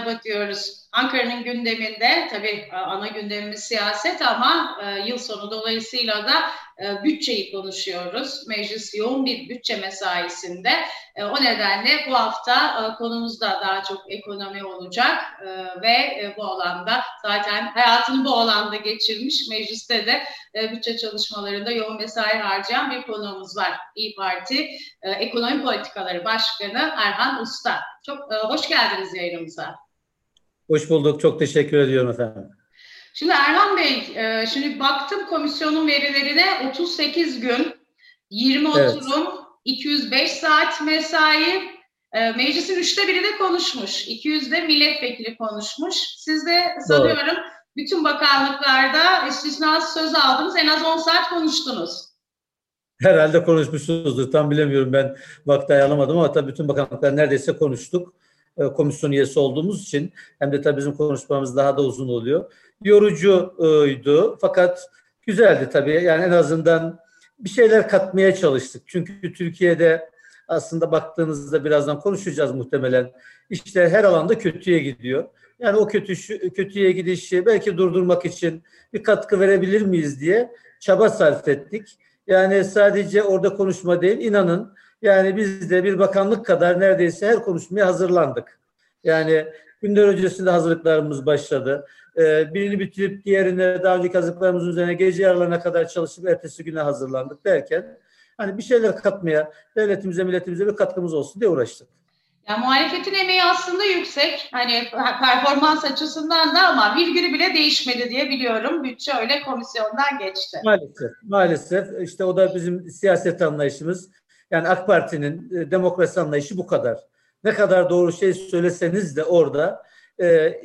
merhaba diyoruz. Ankara'nın gündeminde tabii ana gündemimiz siyaset ama yıl sonu dolayısıyla da bütçeyi konuşuyoruz. Meclis yoğun bir bütçe mesaisinde. O nedenle bu hafta konumuz da daha çok ekonomi olacak ve bu alanda zaten hayatını bu alanda geçirmiş. Mecliste de bütçe çalışmalarında yoğun mesai harcayan bir konuğumuz var. İYİ Parti Ekonomi Politikaları Başkanı Erhan Usta. Çok hoş geldiniz yayınımıza. Hoş bulduk. Çok teşekkür ediyorum efendim. Şimdi Erhan Bey, şimdi baktım komisyonun verilerine 38 gün, 20 Evet. oturum, 205 saat mesai, meclisin 1/3'ü de konuşmuş. 200 de milletvekili konuşmuş. Siz de Doğru. sanıyorum bütün bakanlıklarda istisnasız söz aldınız. En az 10 saat konuştunuz. Herhalde konuşmuşsunuzdur. Tam bilemiyorum. Ben vakti ayarlamadım ama tabii bütün bakanlıklar neredeyse konuştuk. Komisyon üyesi olduğumuz için hem de tabii bizim konuşmamız daha da uzun oluyor. Yorucuydu fakat güzeldi tabii. Yani en azından bir şeyler katmaya çalıştık. Çünkü Türkiye'de aslında baktığınızda birazdan konuşacağız muhtemelen. İşte her alanda kötüye gidiyor. Yani o kötüye gidişi belki durdurmak için bir katkı verebilir miyiz diye çaba sarf ettik. Yani sadece orada konuşma değil, inanın yani biz de bir bakanlık kadar neredeyse her konuşmaya hazırlandık. Yani günler öncesinde hazırlıklarımız başladı. Birini bitirip diğerine daha önceki hazırlıklarımızın üzerine gece yarılarına kadar çalışıp ertesi güne hazırlandık derken hani bir şeyler katmaya, devletimize, milletimize bir katkımız olsun diye uğraştık. Ya muhalefetin emeği aslında yüksek. Hani performans açısından da ama virgülü bile değişmedi diye biliyorum. Bütçe öyle komisyondan geçti. Maalesef işte o da bizim siyaset anlayışımız. Yani AK Parti'nin demokrasi anlayışı bu kadar. Ne kadar doğru şey söyleseniz de orada e,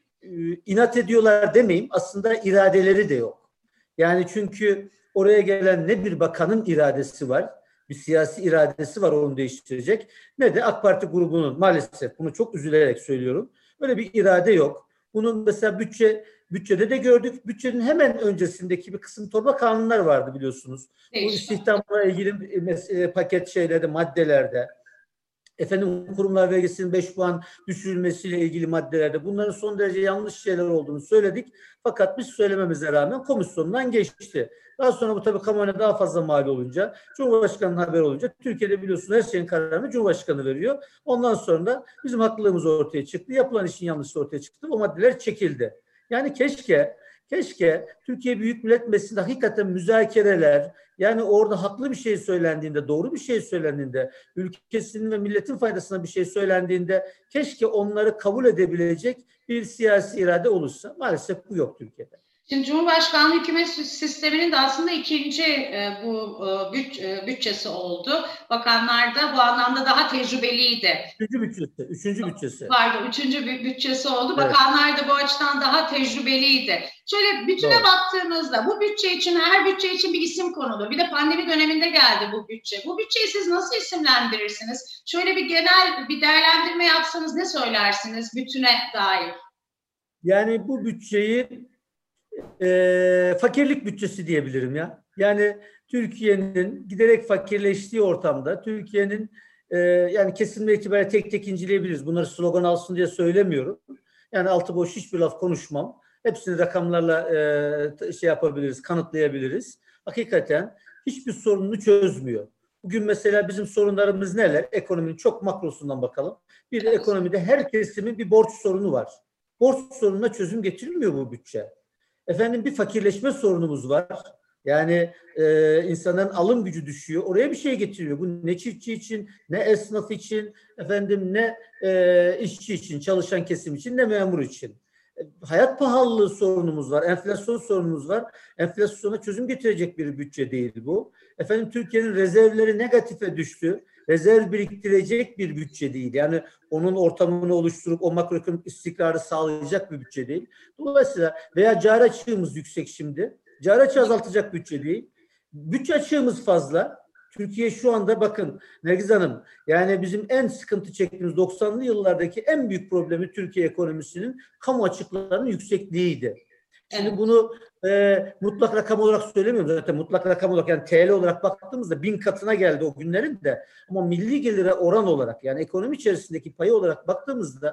inat ediyorlar demeyeyim. Aslında iradeleri de yok. Yani çünkü oraya gelen ne bir bakanın iradesi var, bir siyasi iradesi var onu değiştirecek, ne de AK Parti grubunun, maalesef bunu çok üzülerek söylüyorum, öyle bir irade yok. Bunun mesela bütçede de gördük. Bütçenin hemen öncesindeki bir kısım torba kanunlar vardı biliyorsunuz. Bu istihdamla ilgili paket şeylerde, maddelerde, efendim kurumlar vergisinin 5 puan düşürülmesiyle ilgili maddelerde bunların son derece yanlış şeyler olduğunu söyledik. Fakat biz söylememize rağmen komisyondan geçti. Daha sonra bu tabii kamuoyuna daha fazla mal olunca, Cumhurbaşkanı'nın haberi olunca, Türkiye'de biliyorsunuz her şeyin kararını Cumhurbaşkanı veriyor. Ondan sonra da bizim haklılığımız ortaya çıktı. Yapılan işin yanlışı ortaya çıktı. O maddeler çekildi. Yani keşke Türkiye Büyük Millet Meclisi'nde hakikaten müzakereler, yani orada haklı bir şey söylendiğinde, doğru bir şey söylendiğinde, ülkesinin ve milletin faydasına bir şey söylendiğinde keşke onları kabul edebilecek bir siyasi irade olursa. Maalesef bu yok Türkiye'de. Şimdi Cumhurbaşkanlığı hükümet sisteminin de aslında ikinci bütçesi oldu. Bakanlar da bu anlamda daha tecrübeliydi. Üçüncü bütçesi. Pardon, üçüncü bütçesi oldu. Evet. Bakanlar da bu açıdan daha tecrübeliydi. Şöyle bütüne baktığımızda bu bütçe için, her bütçe için bir isim konulur. Bir de pandemi döneminde geldi bu bütçe. Bu bütçeyi siz nasıl isimlendirirsiniz? Şöyle bir genel bir değerlendirme yapsanız ne söylersiniz bütüne dair? Yani bu bütçeyi fakirlik bütçesi diyebilirim ya. Yani Türkiye'nin giderek fakirleştiği ortamda Türkiye'nin yani kesimler itibariyle tek tek inceleyebiliriz. Bunları slogan alsın diye söylemiyorum. Yani altı boş hiçbir laf konuşmam. Hepsini rakamlarla şey yapabiliriz, kanıtlayabiliriz. Hakikaten hiçbir sorununu çözmüyor. Bugün mesela bizim sorunlarımız neler? Ekonominin çok makrosundan bakalım. Bir de ekonomide her kesimin bir borç sorunu var. Borç sorununa çözüm getirilmiyor bu bütçe. Efendim bir fakirleşme sorunumuz var. Yani insanların alım gücü düşüyor. Oraya bir şey getiriyor. Bu ne çiftçi için, ne esnaf için, efendim ne işçi için, çalışan kesim için, ne memur için. Hayat pahalılığı sorunumuz var. Enflasyon sorunumuz var. Enflasyona çözüm getirecek bir bütçe değil bu. Efendim Türkiye'nin rezervleri negatife düştü. Rezerv biriktirecek bir bütçe değil. Yani onun ortamını oluşturup o makroekonomik istikrarı sağlayacak bir bütçe değil. Dolayısıyla veya cari açığımız yüksek şimdi. Cari açığı azaltacak bütçe değil. Bütçe açığımız fazla. Türkiye şu anda bakın Nergiz Hanım, yani bizim en sıkıntı çektiğimiz 90'lı yıllardaki en büyük problemi Türkiye ekonomisinin kamu açıklarının yüksekliğiydi. Şimdi bunu mutlak rakam olarak söylemiyorum zaten, mutlak rakam olarak yani TL olarak baktığımızda 1000 katına geldi o günlerin de, ama milli gelire oran olarak yani ekonomi içerisindeki payı olarak baktığımızda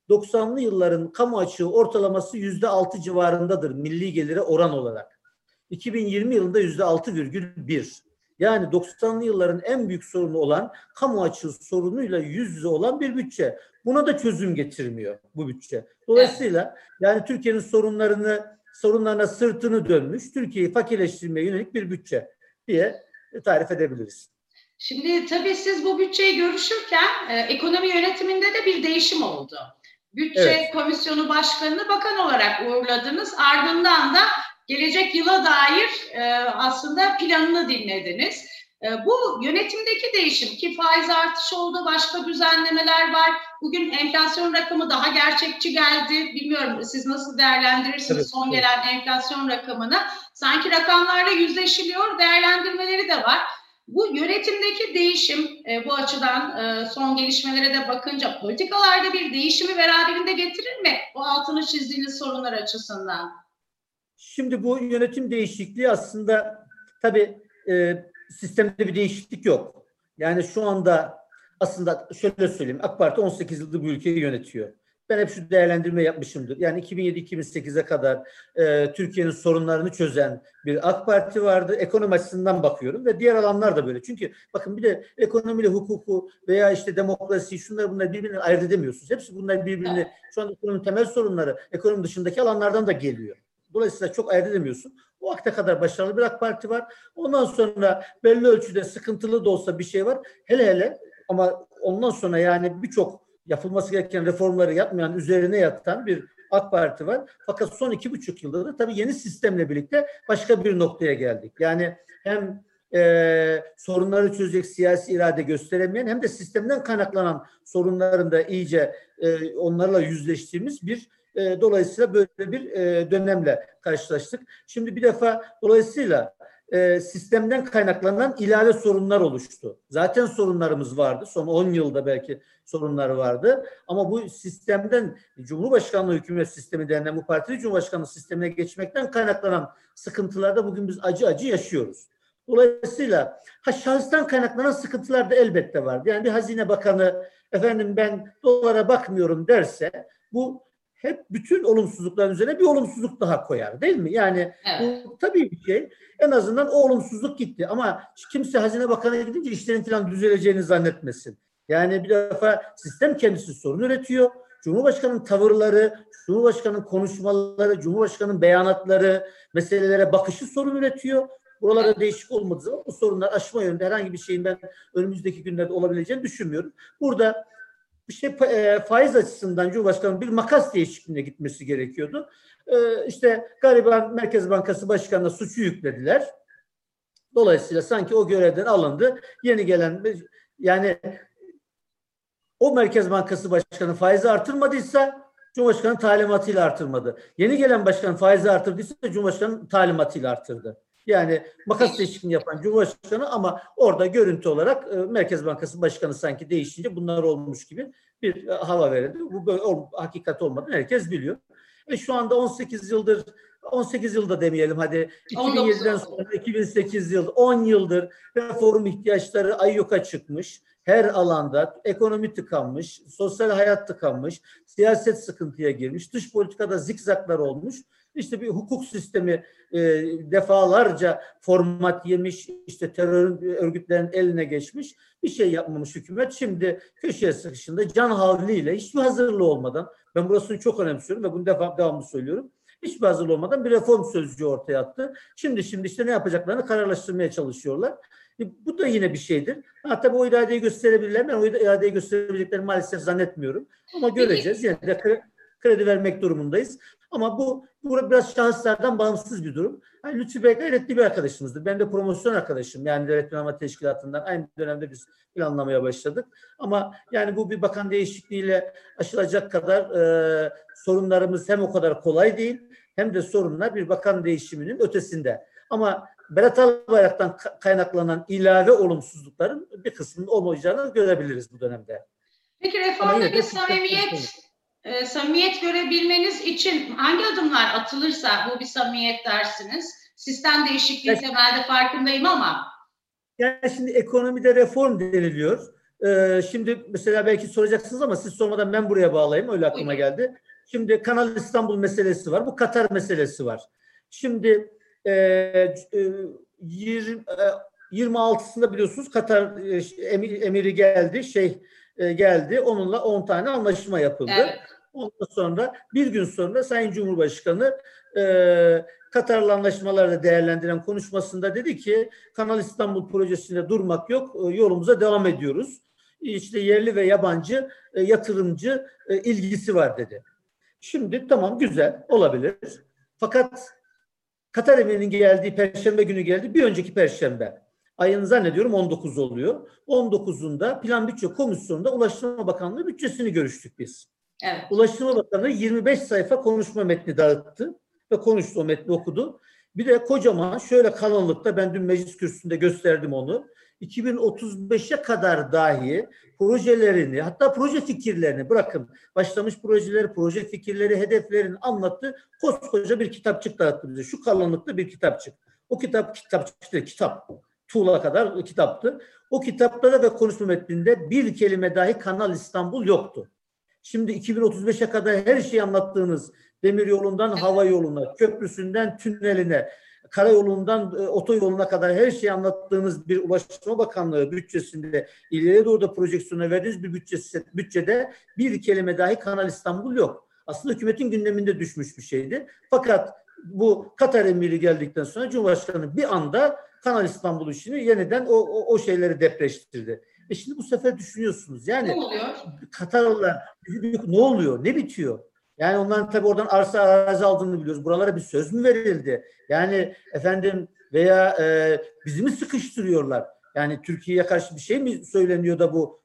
90'lı yılların kamu açığı ortalaması %6 civarındadır milli gelire oran olarak. 2020 yılında %6,1. Yani 90'lı yılların en büyük sorunu olan kamu açığı sorunuyla yüz yüze olan bir bütçe. Buna da çözüm getirmiyor bu bütçe. Dolayısıyla yani Türkiye'nin sorunlarına sırtını dönmüş, Türkiye'yi fakirleştirmeye yönelik bir bütçe diye tarif edebiliriz. Şimdi tabii siz bu bütçeyi görüşürken ekonomi yönetiminde de bir değişim oldu. Bütçe Komisyonu Başkanı'nı bakan olarak uğurladınız. Ardından da gelecek yıla dair aslında planını dinlediniz. Bu yönetimdeki değişim ki faiz artışı oldu, başka düzenlemeler var. Bugün enflasyon rakamı daha gerçekçi geldi. Bilmiyorum siz nasıl değerlendirirsiniz son gelen enflasyon rakamını. Sanki rakamlarla yüzleşiliyor, değerlendirmeleri de var. Bu yönetimdeki değişim bu açıdan son gelişmelere de bakınca politikalarda bir değişimi beraberinde getirir mi? O altını çizdiğiniz sorunlar açısından. Şimdi bu yönetim değişikliği aslında tabii sistemde bir değişiklik yok. Yani şu anda aslında şöyle söyleyeyim, AK Parti 18 yıldır bu ülkeyi yönetiyor. Ben hep şu değerlendirme yapmışımdır. Yani 2007-2008'e kadar Türkiye'nin sorunlarını çözen bir AK Parti vardı. Ekonomi açısından bakıyorum ve diğer alanlar da böyle. Çünkü bakın bir de ekonomiyle hukuku veya işte demokrasi, şunları bunları birbirinden ayırt edemiyorsunuz. Hepsi bunlar birbirini, şu anda ekonominin temel sorunları ekonomi dışındaki alanlardan da geliyor. Dolayısıyla çok ayırt edemiyorsun. O vakte kadar başarılı bir AK Parti var. Ondan sonra belli ölçüde sıkıntılı da olsa bir şey var. Hele hele ama ondan sonra yani birçok yapılması gereken reformları yapmayan, üzerine yatan bir AK Parti var. Fakat son 2,5 yılda da tabii yeni sistemle birlikte başka bir noktaya geldik. Yani hem sorunları çözecek siyasi irade gösteremeyen hem de sistemden kaynaklanan sorunların da iyice onlarla yüzleştiğimiz bir dolayısıyla böyle bir dönemle karşılaştık. Şimdi bir defa dolayısıyla sistemden kaynaklanan ilave sorunlar oluştu. Zaten sorunlarımız vardı. Son 10 yılda belki sorunlar vardı. Ama bu sistemden Cumhurbaşkanlığı hükümet sistemi denilen bu partili Cumhurbaşkanlığı sistemine geçmekten kaynaklanan sıkıntılarda bugün biz acı acı yaşıyoruz. Dolayısıyla şahıstan kaynaklanan sıkıntılar da elbette vardı. Yani bir Hazine Bakanı efendim ben dolara bakmıyorum derse bu hep bütün olumsuzlukların üzerine bir olumsuzluk daha koyar değil mi? Yani bu tabii bir şey. En azından o olumsuzluk gitti. Ama kimse Hazine Bakanı gidince işlerin falan düzeleceğini zannetmesin. Yani bir defa sistem kendisi sorun üretiyor. Cumhurbaşkanının tavırları, Cumhurbaşkanının konuşmaları, Cumhurbaşkanının beyanatları, meselelere bakışı sorun üretiyor. Buralarda değişik olmadığı zaman bu sorunlar aşma yönünde herhangi bir şeyin ben önümüzdeki günlerde olabileceğini düşünmüyorum. Burada işte faiz açısından Cumhurbaşkanı'nın bir makas değişikliğine gitmesi gerekiyordu. İşte gariban Merkez Bankası Başkanı'na suçu yüklediler. Dolayısıyla sanki o görevden alındı. Yeni gelen yani o Merkez Bankası Başkanı faizi artırmadıysa Cumhurbaşkanı talimatıyla artırmadı. Yeni gelen başkan faizi artırdıysa Cumhurbaşkanı talimatıyla artırdı. Yani makas değişikliğini yapan Cumhurbaşkanı ama orada görüntü olarak Merkez Bankası Başkanı sanki değişince bunlar olmuş gibi bir hava verildi. Bu böyle hakikat olmadığını herkes biliyor. Ve şu anda 18 yılda demeyelim hadi 2007'den sonra 2008 yıl 10 yıldır reform ihtiyaçları ayyuka çıkmış. Her alanda ekonomi tıkanmış, sosyal hayat tıkanmış, siyaset sıkıntıya girmiş, dış politikada zikzaklar olmuş. İşte bir hukuk sistemi defalarca format yemiş, işte terör örgütlerin eline geçmiş, bir şey yapmamış hükümet. Şimdi köşeye sıkışında can havliyle hiçbir hazırlığı olmadan, ben burasını çok önemsiyorum ve bunu devamlı söylüyorum. Hiçbir hazırlığı olmadan bir reform sözcüğü ortaya attı. Şimdi işte ne yapacaklarını kararlaştırmaya çalışıyorlar. Bu da yine bir şeydir. Tabii o iradeyi gösterebilirler. Ben o iradeyi gösterebileceklerini maalesef zannetmiyorum. Ama göreceğiz. Yine de kredi vermek durumundayız. Ama bu biraz şahıslardan bağımsız bir durum. Yani Lütfü Bey gayretli bir arkadaşımızdır. Ben de promosyon arkadaşım. Yani Devlet Planlama Teşkilatı'ndan aynı dönemde biz planlamaya başladık. Ama yani bu bir bakan değişikliğiyle aşılacak kadar sorunlarımız hem o kadar kolay değil hem de sorunlar bir bakan değişiminin ötesinde. Ama Berat Albayrak'tan kaynaklanan ilave olumsuzlukların bir kısmının olmayacağını görebiliriz bu dönemde. Peki reformda bir samimiyet görebilmeniz için hangi adımlar atılırsa bu bir samimiyet dersiniz? Sistem değişikliği temelde farkındayım ama. Yani şimdi ekonomide reform deniliyor. Şimdi mesela belki soracaksınız ama siz sormadan ben buraya bağlayayım. Öyle aklıma geldi. Şimdi Kanal İstanbul meselesi var. Bu Katar meselesi var. Şimdi 26'sında biliyorsunuz Katar emiri geldi. Geldi. Onunla 10 tane anlaşma yapıldı. Evet. Ondan sonra bir gün sonra Sayın Cumhurbaşkanı Katar'la anlaşmaları değerlendiren konuşmasında dedi ki Kanal İstanbul projesinde durmak yok. Yolumuza devam ediyoruz. İşte yerli ve yabancı yatırımcı ilgisi var dedi. Şimdi tamam güzel olabilir. Fakat Katar emirinin geldiği Perşembe günü geldi. Bir önceki Perşembe. Ayın zannediyorum 19 oluyor. 19'unda Plan Bütçe Komisyonu'nda Ulaştırma Bakanlığı bütçesini görüştük biz. Evet. Ulaştırma Bakanlığı 25 sayfa konuşma metni dağıttı ve konuştu, o metni okudu. Bir de kocaman şöyle kalınlıkta, ben dün meclis kürsüsünde gösterdim onu. 2035'e kadar dahi projelerini, hatta proje fikirlerini bırakın, başlamış projeleri, proje fikirleri, hedeflerini anlattı. Koskoca bir kitapçık dağıttı bize. Şu kalınlıkta bir kitapçık. O kitap. Tuğla kadar kitaptı. O kitapta da ve konuşma metninde bir kelime dahi Kanal İstanbul yoktu. Şimdi 2035'e kadar her şeyi anlattığınız, demiryolundan hava yoluna, köprüsünden tüneline, karayolundan otoyoluna kadar her şeyi anlattığınız bir Ulaştırma Bakanlığı bütçesinde, ileriye doğru da projeksiyona verdiğiniz bir bütçede bir kelime dahi Kanal İstanbul yok. Aslında hükümetin gündeminde düşmüş bir şeydi. Fakat bu Katar emiri geldikten sonra Cumhurbaşkanı bir anda Kanal İstanbul işini yeniden o şeyleri depreştirdi. Şimdi bu sefer düşünüyorsunuz. Yani ne oluyor? Katarlılar ne oluyor? Ne bitiyor? Yani onların tabii oradan arsa arazi aldığını biliyoruz. Buralara bir söz mü verildi? Yani efendim veya bizi mi sıkıştırıyorlar? Yani Türkiye'ye karşı bir şey mi söyleniyor da bu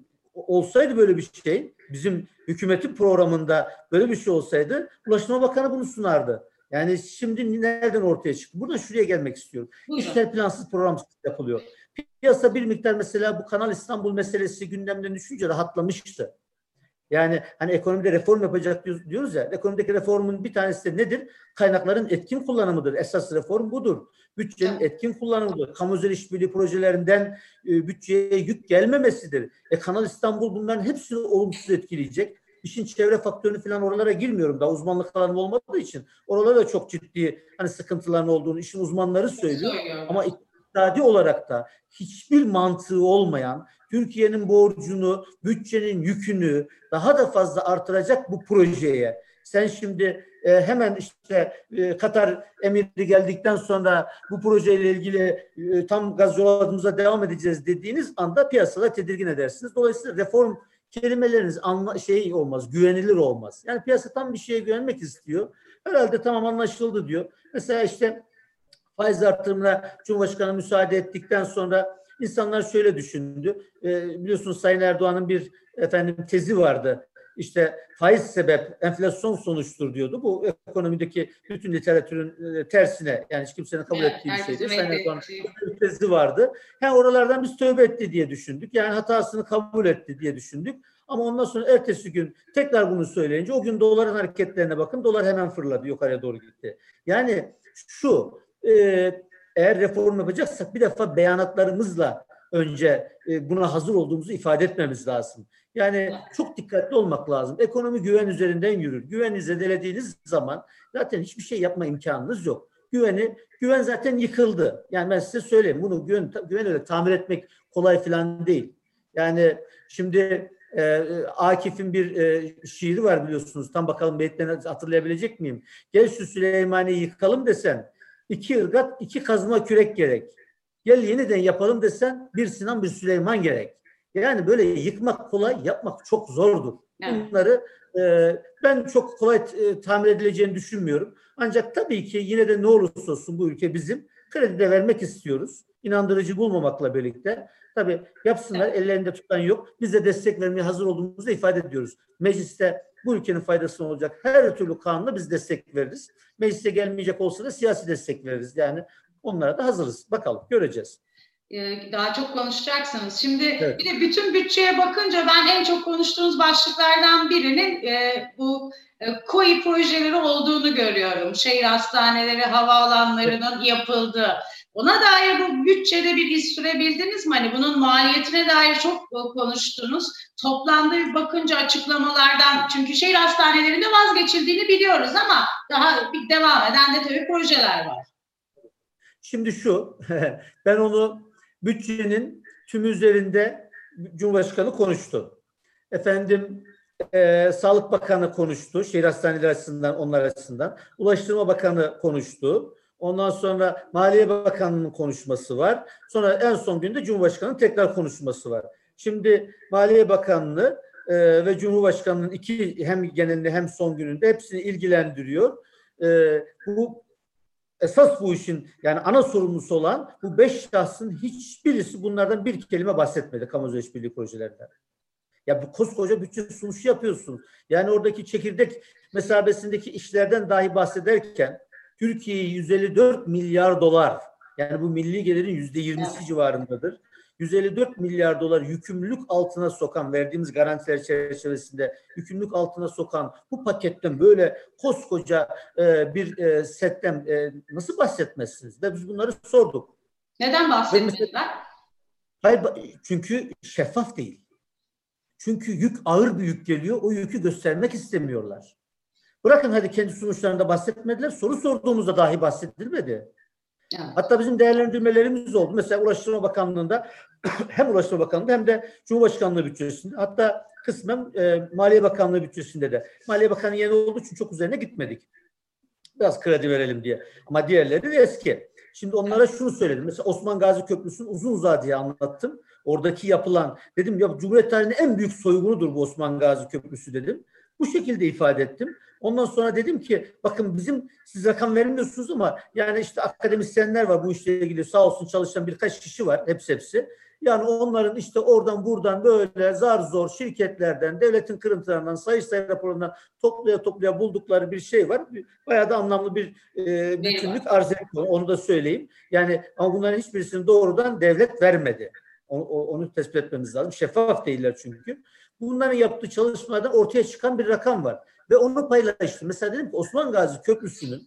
olsaydı, böyle bir şey bizim hükümetin programında böyle bir şey olsaydı Ulaştırma Bakanı bunu sunardı. Yani şimdi nereden ortaya çıktı? Buradan şuraya gelmek istiyorum. İşler plansız programsız yapılıyor. Piyasa bir miktar mesela bu Kanal İstanbul meselesi gündemden düşünce rahatlamıştı. Yani hani ekonomide reform yapacak diyoruz ya, ekonomideki reformun bir tanesi de nedir? Kaynakların etkin kullanımıdır. Esas reform budur. Bütçenin etkin kullanımıdır. Kamu özel işbirliği projelerinden bütçeye yük gelmemesidir. Kanal İstanbul bunların hepsini olumsuz etkileyecek. İşin çevre faktörünü falan, oralara girmiyorum da uzmanlık alanım olmadığı için. Oralara da çok ciddi hani sıkıntıların olduğunu işin uzmanları söylüyor. Ama iktisadi olarak da hiçbir mantığı olmayan, Türkiye'nin borcunu, bütçenin yükünü daha da fazla artıracak bu projeye sen şimdi hemen işte Katar emiri geldikten sonra bu projeyle ilgili tam gaz yolladığımıza devam edeceğiz dediğiniz anda piyasada tedirgin edersiniz. Dolayısıyla reform kelimeleriniz olmaz, güvenilir olmaz. Yani piyasa tam bir şeye güvenmek istiyor. Herhalde tamam anlaşıldı diyor. Mesela işte faiz artırımına Cumhurbaşkanı müsaade ettikten sonra insanlar şöyle düşündü. Biliyorsunuz Sayın Erdoğan'ın bir tezi vardı. İşte faiz sebep, enflasyon sonuçtur diyordu. Bu ekonomideki bütün literatürün tersine, yani hiç kimsenin kabul ettiği bir şeydi. Sayın Erdoğan'ın bir tezi vardı. Oralardan biz tövbe etti diye düşündük. Yani hatasını kabul etti diye düşündük. Ama ondan sonra ertesi gün tekrar bunu söyleyince o gün doların hareketlerine bakın. Dolar hemen fırladı, yukarıya doğru gitti. Yani şu, eğer reform yapacaksak bir defa beyanatlarımızla önce buna hazır olduğumuzu ifade etmemiz lazım. Yani çok dikkatli olmak lazım. Ekonomi güven üzerinden yürür. Güveni zedelediğiniz zaman zaten hiçbir şey yapma imkanınız yok. Güven zaten yıkıldı. Yani ben size söyleyeyim, bunu güven öyle tamir etmek kolay falan değil. Yani şimdi Akif'in bir şiiri var biliyorsunuz. Tam bakalım beyitlerini hatırlayabilecek miyim? Gel şu Süleymaniye'yi yıkalım desen 2 ırgat 2 kazma kürek gerek. Gel yeniden yapalım desen bir Sinan bir Süleyman gerek. Yani böyle yıkmak kolay, yapmak çok zordur. Bunları ben çok kolay tamir edileceğini düşünmüyorum. Ancak tabii ki yine de ne olursa olsun bu ülke bizim, kredi de vermek istiyoruz. İnandırıcı bulmamakla birlikte. Tabii yapsınlar, ellerinde tutan yok. Biz de destek vermeye hazır olduğumuzu ifade ediyoruz. Mecliste bu ülkenin faydasına olacak her türlü kanuna biz destek veririz. Meclise gelmeyecek olsa da siyasi destek veririz. Yani onlara da hazırız. Bakalım, göreceğiz. Daha çok konuşacaksınız. Şimdi evet. Bir de bütün bütçeye bakınca ben en çok konuştuğunuz başlıklardan birinin bu KOİ projeleri olduğunu görüyorum. Şehir hastaneleri, havaalanlarının yapıldığı. Ona dair bu bütçede bir iz sürebildiniz mi? Hani bunun maliyetine dair çok konuştunuz. Toplamda bir bakınca açıklamalardan, çünkü şehir hastanelerinde vazgeçildiğini biliyoruz ama daha bir devam eden de tabii projeler var. Şimdi şu, ben onu bütçenin tüm üzerinde Cumhurbaşkanı konuştu. Efendim, Sağlık Bakanı konuştu, şehir hastaneleri açısından, onlar açısından. Ulaştırma Bakanı konuştu. Ondan sonra Maliye Bakanı'nın konuşması var. Sonra en son günde Cumhurbaşkanı'nın tekrar konuşması var. Şimdi Maliye Bakanlığı ve Cumhurbaşkanı'nın hem genelinde hem son gününde hepsini ilgilendiriyor. Bu esas bu işin yani ana sorumlusu olan bu 5 şahsın hiçbirisi bunlardan bir kelime bahsetmedi kamu özel işbirliği projelerinden. Ya bu koskoca bütçe sunuşu yapıyorsun. Yani oradaki çekirdek mesabesindeki işlerden dahi bahsederken Türkiye'yi 154 milyar dolar, yani bu milli gelirin %20'si civarındadır. 154 milyar dolar yükümlülük altına sokan, verdiğimiz garantiler çerçevesinde yükümlülük altına sokan bu paketten, böyle koskoca bir setten nasıl bahsetmezsiniz? Ve biz bunları sorduk. Neden bahsetmediler? Hayır, çünkü şeffaf değil. Çünkü yük, ağır bir yük geliyor. O yükü göstermek istemiyorlar. Bırakın hadi kendi sonuçlarında bahsetmediler. Soru sorduğumuzda dahi bahsedilmedi. Evet. Hatta bizim değerlendirmelerimiz oldu. Mesela Ulaştırma Bakanlığı'nda hem Ulaştırma Bakanlığı'nda hem de Cumhurbaşkanlığı bütçesinde, hatta kısmen Maliye Bakanlığı bütçesinde de. Maliye Bakanı yeni olduğu için çok üzerine gitmedik. Biraz kredi verelim diye. Ama diğerleri de eski. Şimdi onlara şunu söyledim. Mesela Osman Gazi Köprüsü'nü uzun uzadıya anlattım. Oradaki yapılan, dedim ya, Cumhuriyet tarihinin en büyük soygunudur bu Osman Gazi Köprüsü dedim. Bu şekilde ifade ettim. Ondan sonra dedim ki bakın, siz rakam vermiyorsunuz ama yani işte akademisyenler var bu işle ilgili, sağ olsun çalışan birkaç kişi var, hepsi. Yani onların işte oradan buradan böyle zar zor şirketlerden, devletin kırıntılarından, Sayıştay raporundan toplaya buldukları bir şey var. Bayağı da anlamlı bir bütünlük arz ediyor. Onu da söyleyeyim. Yani ama bunların hiçbirisini doğrudan devlet vermedi. Onu tespit etmemiz lazım. Şeffaf değiller çünkü. Bunların yaptığı çalışmalardan ortaya çıkan bir rakam var. Ve onu paylaştım. Mesela dedim ki Osman Gazi Köprüsü'nün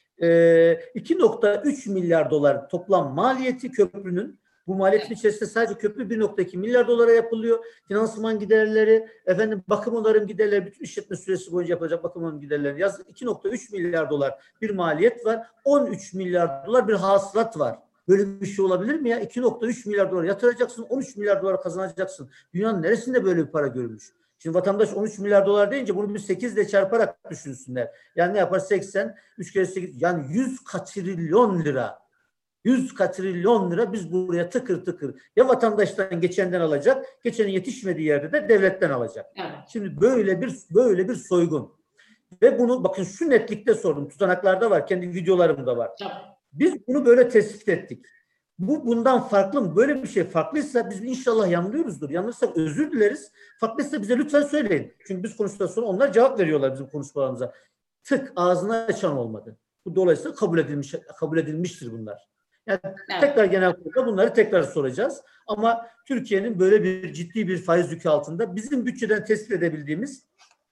2,3 milyar dolar toplam maliyeti köprünün. Bu maliyetin içerisinde sadece köprü 1,2 milyar dolara yapılıyor. Finansman giderleri, bakım onarım giderleri, bütün işletme süresi boyunca yapılacak bakım onarım giderleri yazdık. 2,3 milyar dolar bir maliyet var. 13 milyar dolar bir hasılat var. Böyle bir şey olabilir mi ya? 2,3 milyar dolar yatıracaksın, 13 milyar dolar kazanacaksın. Dünyanın neresinde böyle bir para görülmüş? Şimdi vatandaş 13 milyar dolar deyince bunu bir 8 ile çarparak düşünsünler. Yani ne yapar? 80, 3 kere 8, yani 100 katrilyon lira. 100 katrilyon lira biz buraya tıkır tıkır ya vatandaştan geçenden alacak, geçenin yetişmediği yerde de devletten alacak. Evet. Şimdi böyle bir soygun. Ve bunu bakın şu netlikte sordum. Tutanaklarda var, kendi videolarımda var. Evet. Biz bunu böyle tespit ettik. Bu bundan farklı mı? Böyle bir şey farklıysa biz inşallah yanılıyoruzdur. Yanılırsak özür dileriz. Farklıysa bize lütfen söyleyin. Çünkü biz konuştuktan sonra onlar cevap veriyorlar bizim konuşmalarımıza. Tık ağzını açan olmadı. Bu dolayısıyla kabul edilmiştir bunlar. Yani evet. Tekrar genel kurulda bunları tekrar soracağız. Ama Türkiye'nin böyle bir ciddi bir faiz yükü altında, bizim bütçeden tespit edebildiğimiz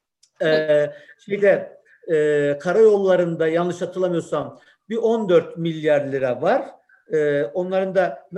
karayollarında yanlış hatırlamıyorsam bir 14 milyar lira var. Onların da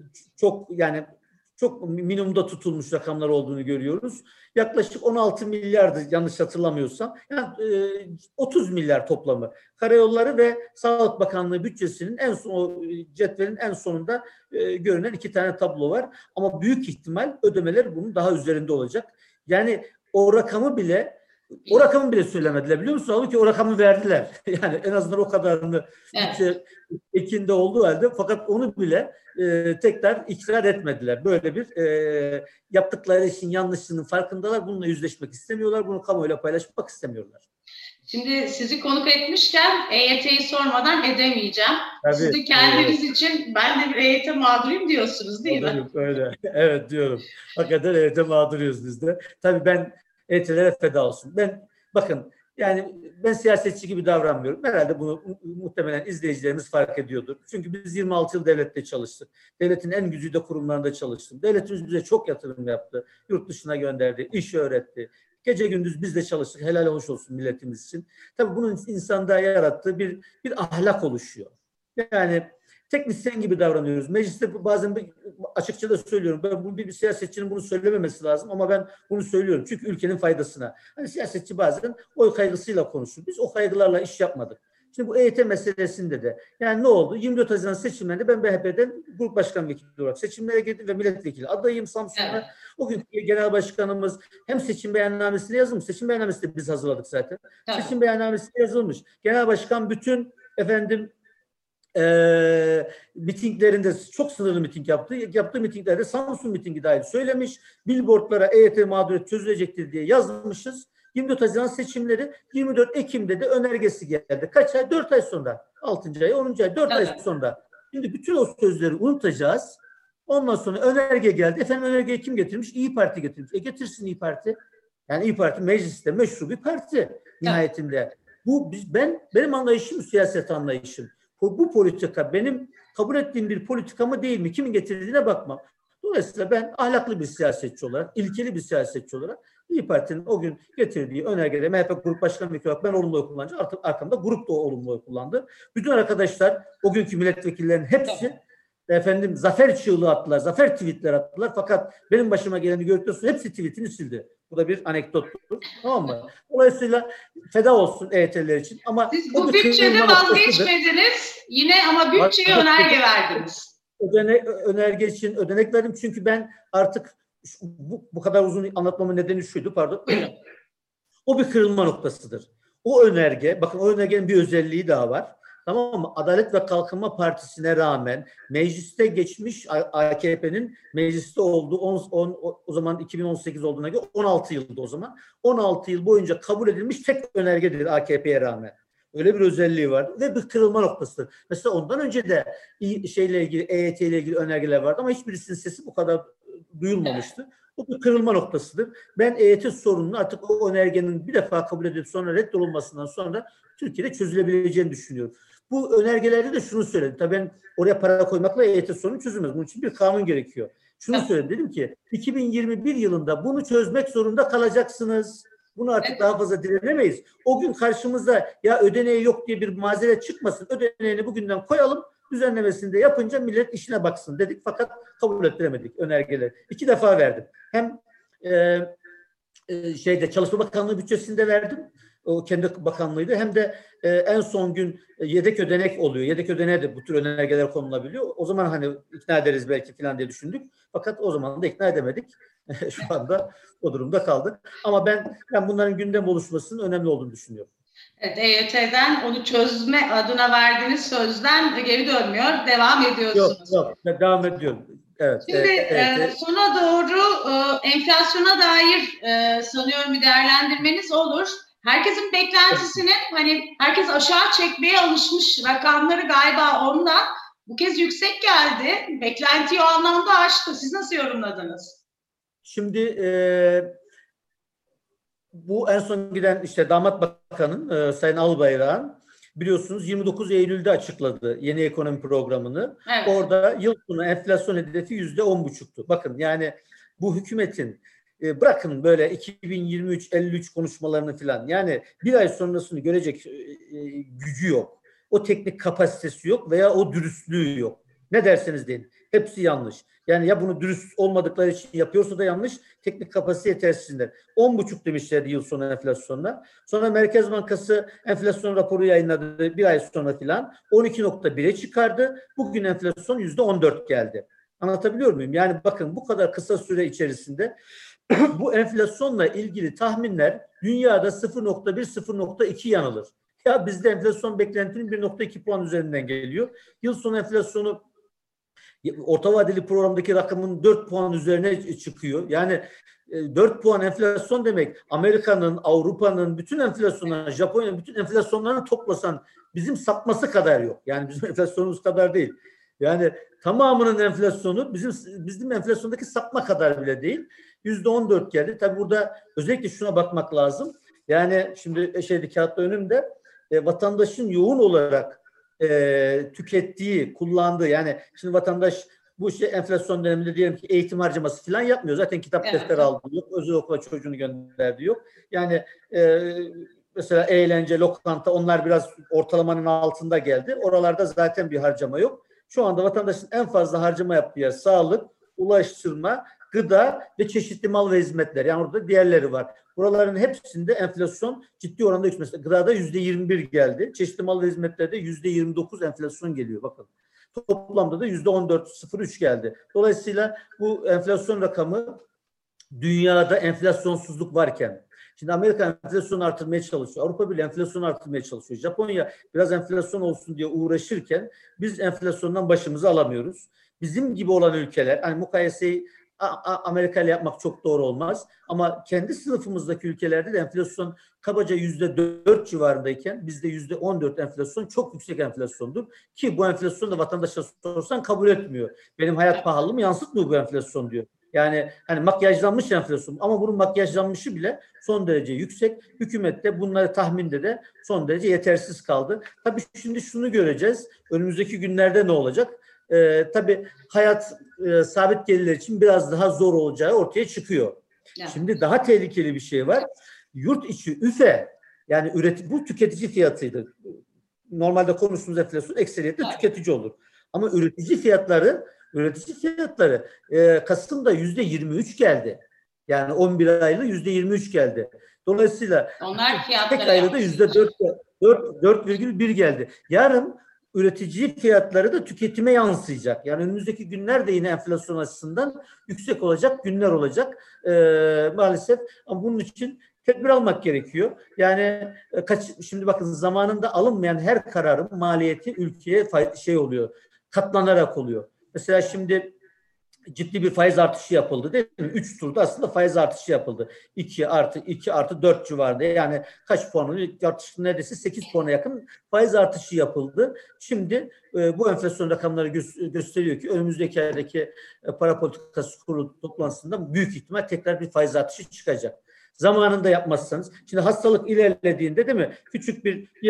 çok minimumda tutulmuş rakamlar olduğunu görüyoruz. Yaklaşık 16 milyardı yanlış hatırlamıyorsam. Yani 30 milyar toplamı. Karayolları ve Sağlık Bakanlığı bütçesinin cetvelin en sonunda görünen 2 tane tablo var. Ama büyük ihtimal ödemeler bunun daha üzerinde olacak. Yani o rakamı bile söylemediler, biliyor musun? Halbuki o rakamı verdiler. Yani en azından o kadarını bütçe ekinde olduğu halde, fakat onu bile tekrar ikrar etmediler. Böyle bir yaptıkları işin yanlışlığının farkındalar. Bununla yüzleşmek istemiyorlar. Bunu kamuoyuyla paylaşmak istemiyorlar. Şimdi sizi konuk etmişken EYT'yi sormadan edemeyeceğim. Tabii, siz de kendiniz için ben de bir EYT mağduruyum diyorsunuz değil mi? Öyle. Evet diyorum. Hakikaten EYT mağduruyuz biz de. Tabii ben EYT'lere feda olsun. Bakın yani ben siyasetçi gibi davranmıyorum. Herhalde bunu muhtemelen izleyicilerimiz fark ediyordur. Çünkü biz 26 yıl devlette çalıştık. Devletin en güzide kurumlarında çalıştım. Devletimiz bize çok yatırım yaptı. Yurt dışına gönderdi, iş öğretti. Gece gündüz biz de çalıştık. Helal hoş olsun milletimiz için. Tabii bunun insanda yarattığı bir ahlak oluşuyor. Yani teknisyen gibi davranıyoruz. Mecliste bazen açıkça da söylüyorum. Ben bir siyasetçinin bunu söylememesi lazım ama ben bunu söylüyorum. Çünkü ülkenin faydasına. Hani siyasetçi bazen oy kaygısıyla konuşur. Biz o kaygılarla iş yapmadık. Şimdi bu EYT meselesinde de yani ne oldu? 24 Haziran seçimlerinde ben MHP'den grup başkan vekili olarak seçimlere girdim ve milletvekili adayım Samsun'da. Evet. O gün genel başkanımız hem seçim beyannamesine yazılmış. Seçim beyannamesi de biz hazırladık zaten. Evet. Seçim beyannamesi yazılmış. Genel başkan bütün mitinglerinde çok sınırlı miting yaptı. Yaptığı mitinglerde Samsun mitingi dahil söylemiş. Billboardlara EYT mağduriyet çözülecektir diye yazmışız. 24 Haziran seçimleri 24 Ekim'de de önergesi geldi. Kaç ay? 4 ay sonra. 6. ay, 10. ay, 4 ay sonra. Şimdi bütün o sözleri unutacağız. Ondan sonra önerge geldi. Efendim önergeyi kim getirmiş? İYİ Parti getirmiş. Getirsin İYİ Parti. Yani İYİ Parti mecliste meşru bir parti nihayetinde. Bu benim anlayışım, siyaset anlayışım. Bu politika benim kabul ettiğim bir politika mı değil mi? Kimin getirdiğine bakmam. Dolayısıyla ben ahlaklı bir siyasetçi olarak, ilkeli bir siyasetçi olarak İYİ Parti'nin o gün getirdiği önergede MHP Grup Başkanı Vekili olarak ben olumlu oy kullanacağım. Artık arkamda grup da olumlu oy kullandı. Bütün arkadaşlar, o günkü milletvekillerinin hepsi zafer çığlığı attılar, zafer tweetler attılar. Fakat benim başıma geleni gördükten sonra hepsi tweetini sildi. Bu da bir anekdottur. Tamam mı? Dolayısıyla feda olsun EYT'liler için. Ama siz bu bütçede vazgeçmediniz. Yine ama bütçeye önerge verdiniz. Önerge için ödenek verdim. Çünkü ben artık bu kadar uzun anlatmamın nedeni şuydu, pardon. O bir kırılma noktasıdır. O önerge, bakın o önergenin bir özelliği daha var. Tamam mı? Adalet ve Kalkınma Partisi'ne rağmen mecliste geçmiş AKP'nin mecliste olduğu o zaman 2018 olduğuna göre 16 yıldı o zaman. 16 yıl boyunca kabul edilmiş tek önergedir AKP'ye rağmen. Öyle bir özelliği var ve bir kırılma noktasıdır. Mesela ondan önce de EYT ile ilgili önergeler vardı ama hiçbirisinin sesi bu kadar duyulmamıştı. Bu bir kırılma noktasıdır. Ben EYT sorununu artık o önergenin bir defa kabul edilip sonra reddolunmasından sonra Türkiye'de çözülebileceğini düşünüyorum. Bu önergelerde de şunu söyledim. Tabii ben oraya para koymakla EYT sorunu çözülmez. Bunun için bir kanun gerekiyor. Şunu söyledim. Dedim ki 2021 yılında bunu çözmek zorunda kalacaksınız. Bunu artık daha fazla direnemeyiz. O gün karşımıza ya ödeneği yok diye bir mazeret çıkmasın. Ödeneğini bugünden koyalım. Düzenlemesini de yapınca millet işine baksın dedik. Fakat kabul ettiremedik önergeleri. 2 defa verdim. Hem Çalışma Bakanlığı bütçesinde verdim. O kendi bakanlığıydı. Hem de en son gün yedek ödenek oluyor. Yedek ödeneğe de bu tür önergeler konulabiliyor. O zaman hani ikna ederiz belki falan diye düşündük. Fakat o zaman da ikna edemedik. Şu anda o durumda kaldık. Ama ben bunların gündem oluşmasının önemli olduğunu düşünüyorum. Evet, EYT'den onu çözme adına verdiğiniz sözden geri dönmüyor. Devam ediyorsunuz. Yok, devam ediyorum. Evet. Şimdi sona doğru enflasyona dair sanıyorum bir değerlendirmeniz olur. Herkesin beklentisinin hani herkes aşağı çekmeye alışmış rakamları galiba ondan bu kez yüksek geldi. Beklentiyi o anlamda aştı. Siz nasıl yorumladınız? Şimdi bu en son giden Damat Bakan'ın Sayın Albayrak'ın biliyorsunuz 29 Eylül'de açıkladı yeni ekonomi programını. Evet. Orada yıl sonu enflasyon hedefi %10,5'tu. Bakın yani bu hükümetin bırakın böyle 2023-53 konuşmalarını falan yani bir ay sonrasını görecek gücü yok. O teknik kapasitesi yok veya o dürüstlüğü yok. Ne derseniz deyin. Hepsi yanlış. Yani ya bunu dürüst olmadıkları için yapıyorsa da yanlış, teknik kapasite yetersizler. 10,5 demişlerdi yıl sonu enflasyonda. Sonra Merkez Bankası enflasyon raporu yayınladı bir ay sonra filan. 12,1'e çıkardı. Bugün enflasyon %14 geldi. Anlatabiliyor muyum? Yani bakın bu kadar kısa süre içerisinde bu enflasyonla ilgili tahminler dünyada 0,1, 0,2 yanılır. Ya bizde enflasyon beklentinin 1,2 puan üzerinden geliyor. Yıl sonu enflasyonu orta vadeli programdaki rakamın 4 puan üzerine çıkıyor. Yani 4 puan enflasyon demek Amerika'nın, Avrupa'nın bütün enflasyonlarını, Japonya'nın bütün enflasyonlarını toplasan bizim sapması kadar yok. Yani bizim enflasyonumuz kadar değil. Yani tamamının enflasyonu bizim enflasyondaki sapma kadar bile değil. %14 geldi. Tabii burada özellikle şuna bakmak lazım. Yani şimdi kağıtta önümde vatandaşın yoğun olarak tükettiği, kullandığı yani şimdi vatandaş bu enflasyon döneminde diyelim ki eğitim harcaması falan yapmıyor. Zaten kitap defteri aldığı yok. Özel okula çocuğunu gönderdiği yok. Yani mesela eğlence, lokanta onlar biraz ortalamanın altında geldi. Oralarda zaten bir harcama yok. Şu anda vatandaşın en fazla harcama yaptığı yer sağlık, ulaştırma, gıda ve çeşitli mal ve hizmetler. Yani orada diğerleri var. Buraların hepsinde enflasyon ciddi oranda yüksek. Mesela gıdada %21 geldi. Çeşitli mal ve hizmetlerde %29 enflasyon geliyor. Bakın. Toplamda da %14,03 geldi. Dolayısıyla bu enflasyon rakamı dünyada enflasyonsuzluk varken, şimdi Amerika enflasyonu artırmaya çalışıyor. Avrupa Birliği enflasyonu artırmaya çalışıyor. Japonya biraz enflasyon olsun diye uğraşırken biz enflasyondan başımızı alamıyoruz. Bizim gibi olan ülkeler, hani mukayeseyi Amerika ile yapmak çok doğru olmaz. Ama kendi sınıfımızdaki ülkelerde de enflasyon kabaca %4 civarındayken bizde %14 enflasyon çok yüksek enflasyondur. Ki bu enflasyon da vatandaşa sorsan kabul etmiyor. Benim hayat pahalılığımı yansıtmıyor bu enflasyon diyor. Yani hani makyajlanmış enflasyon ama bunun makyajlanmışı bile son derece yüksek. Hükümet de bunları tahminde de son derece yetersiz kaldı. Tabii şimdi şunu göreceğiz. Önümüzdeki günlerde ne olacak? Tabii hayat sabit gelirler için biraz daha zor olacağı ortaya çıkıyor. Evet. Şimdi daha tehlikeli bir şey var. Yurt içi üfe yani bu tüketici fiyatıydı. Normalde konuştuğumuz enflasyon ekseriyette tüketici olur. Ama üretici fiyatları Kasım'da %23 geldi. Yani 11 aylık %23 geldi. Dolayısıyla tek ayda da %4,1 geldi. Yarın üretici fiyatları da tüketime yansıyacak. Yani önümüzdeki günler de yine enflasyon açısından yüksek olacak günler olacak maalesef. Ama bunun için tedbir almak gerekiyor. Yani şimdi bakın zamanında alınmayan her kararın maliyeti ülkeye oluyor. Katlanarak oluyor. Mesela şimdi ciddi bir faiz artışı yapıldı değil mi? 3 turda aslında faiz artışı yapıldı. 2+2+4 civarında. Yani kaç puanı? Artışı neredeyse 8 puana yakın faiz artışı yapıldı. Şimdi bu enflasyon rakamları gösteriyor ki önümüzdeki aydaki para politikası kurulu toplantısında büyük ihtimal tekrar bir faiz artışı çıkacak. Zamanında yapmazsanız. Şimdi hastalık ilerlediğinde değil mi? Küçük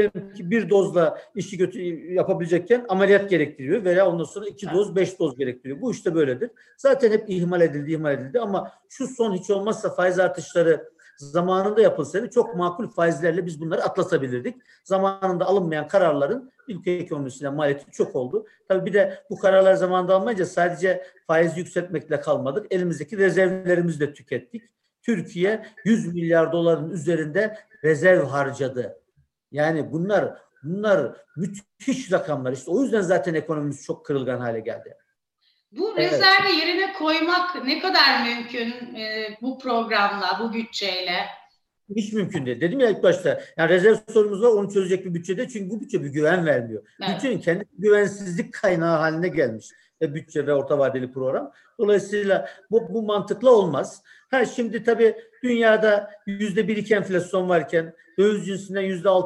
bir dozla işi yapabilecekken ameliyat gerektiriyor veya ondan sonra 2 doz 5 doz gerektiriyor. Bu işte böyledir. Zaten hep ihmal edildi ama şu son hiç olmazsa faiz artışları zamanında yapılsaydı çok makul faizlerle biz bunları atlatabilirdik. Zamanında alınmayan kararların ülke ekonomisine maliyeti çok oldu. Tabii bir de bu kararlar zamanında almayınca sadece faiz yükseltmekle kalmadık. Elimizdeki rezervlerimizi de tükettik. Türkiye 100 milyar doların üzerinde rezerv harcadı. Yani bunlar müthiş rakamlar. İşte o yüzden zaten ekonomimiz çok kırılgan hale geldi. Bu rezervi yerine koymak ne kadar mümkün bu programla, bu bütçeyle? Hiç mümkün değil. Dedim ya ilk başta. Yani rezerv sorunumuz var, onu çözecek bir bütçede. Çünkü bu bütçe bir güven vermiyor. Evet. Bütçenin kendi güvensizlik kaynağı haline gelmiş. Bütçe ve orta vadeli program. Dolayısıyla bu mantıklı olmaz. Şimdi tabii dünyada %1-2 enflasyon varken döviz cinsinden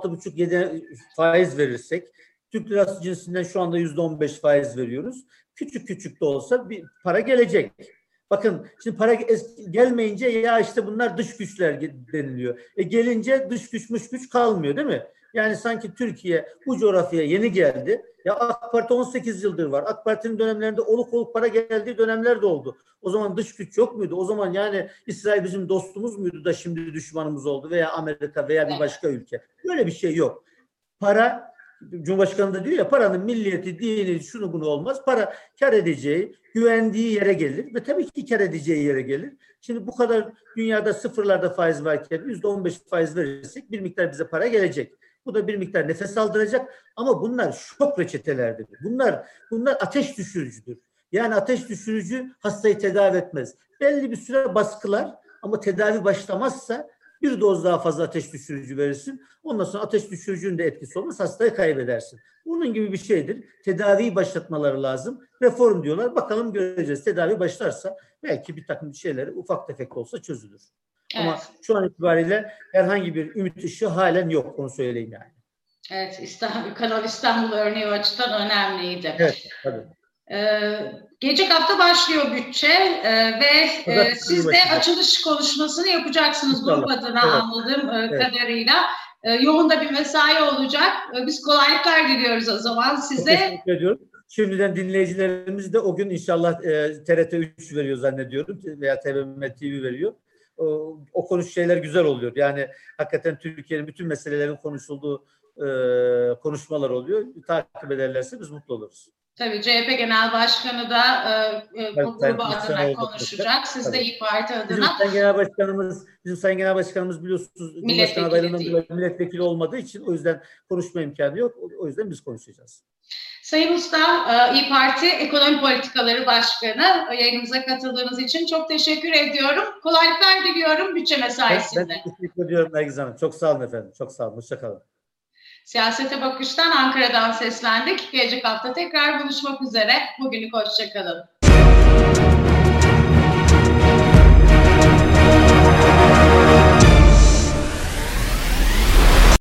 %6,5-7 faiz verirsek, Türk lirası cinsinden şu anda %15 faiz veriyoruz. Küçük küçük de olsa bir para gelecek. Bakın şimdi para gelmeyince ya işte bunlar dış güçler deniliyor. Gelince dış güç kalmıyor değil mi? Yani sanki Türkiye bu coğrafyaya yeni geldi. Ya AK Parti 18 yıldır var. AK Parti'nin dönemlerinde oluk para geldiği dönemler de oldu. O zaman dış güç yok muydu? O zaman yani İsrail bizim dostumuz muydu da şimdi düşmanımız oldu veya Amerika veya bir başka ülke. Böyle bir şey yok. Para, Cumhurbaşkanı da diyor ya, paranın milliyeti, dini, şunu bunu olmaz. Para kar edeceği, güvendiği yere gelir ve tabii ki kar edeceği yere gelir. Şimdi bu kadar dünyada sıfırlarda faiz varken %15 faiz verirsek bir miktar bize para gelecek. Bu da bir miktar nefes aldıracak ama bunlar şok reçetelerdir. Bunlar ateş düşürücüdür. Yani ateş düşürücü hastayı tedavi etmez. Belli bir süre baskılar ama tedavi başlamazsa bir doz daha fazla ateş düşürücü verirsin. Ondan sonra ateş düşürücünün de etkisi olmaz. Hastayı kaybedersin. Bunun gibi bir şeydir. Tedaviyi başlatmaları lazım. Reform diyorlar. Bakalım göreceğiz. Tedavi başlarsa belki bir takım şeyleri ufak tefek olsa çözülür. Evet. Ama şu an itibariyle herhangi bir ümit ışığı halen yok. Onu söyleyeyim yani. Evet. Kanal İstanbul örneği o açıdan önemliydi. Evet. Tabii. Gelecek hafta başlıyor bütçe ve siz de açılış konuşmasını yapacaksınız grup adına, evet, anladığım kadarıyla. Yoğun da bir mesai olacak. Biz kolaylıklar diliyoruz o zaman size. Teşekkür ediyorum. Şimdiden dinleyicilerimiz de o gün inşallah TRT 3 veriyor zannediyorum veya TVM TV veriyor. O şeyler güzel oluyor. Yani hakikaten Türkiye'nin bütün meselelerin konuşulduğu konuşmalar oluyor. Takip ederlerse biz mutlu oluruz. Tabii CHP Genel Başkanı da bu Ben grubu adına konuşacak. Siz de tabii. İYİ Parti adına Bizim Sayın Genel Başkanımız biliyorsunuz Cumhurbaşkanı milletvekili adaylığından değil. dolayı milletvekili olmadığı için o yüzden konuşma imkanı yok. O yüzden biz konuşacağız. Sayın Usta, İYİ Parti Ekonomi Politikaları Başkanı, yayınımıza katıldığınız için çok teşekkür ediyorum. Kolaylıklar diliyorum bütçe mesaisinde. Ben teşekkür ediyorum Nergiz Hanım. Çok sağ olun efendim. Çok sağ olun. Hoşça kalın. Siyasete Bakış'tan Ankara'dan seslendik. Gelecek hafta tekrar buluşmak üzere. Bugünlük hoşça kalın.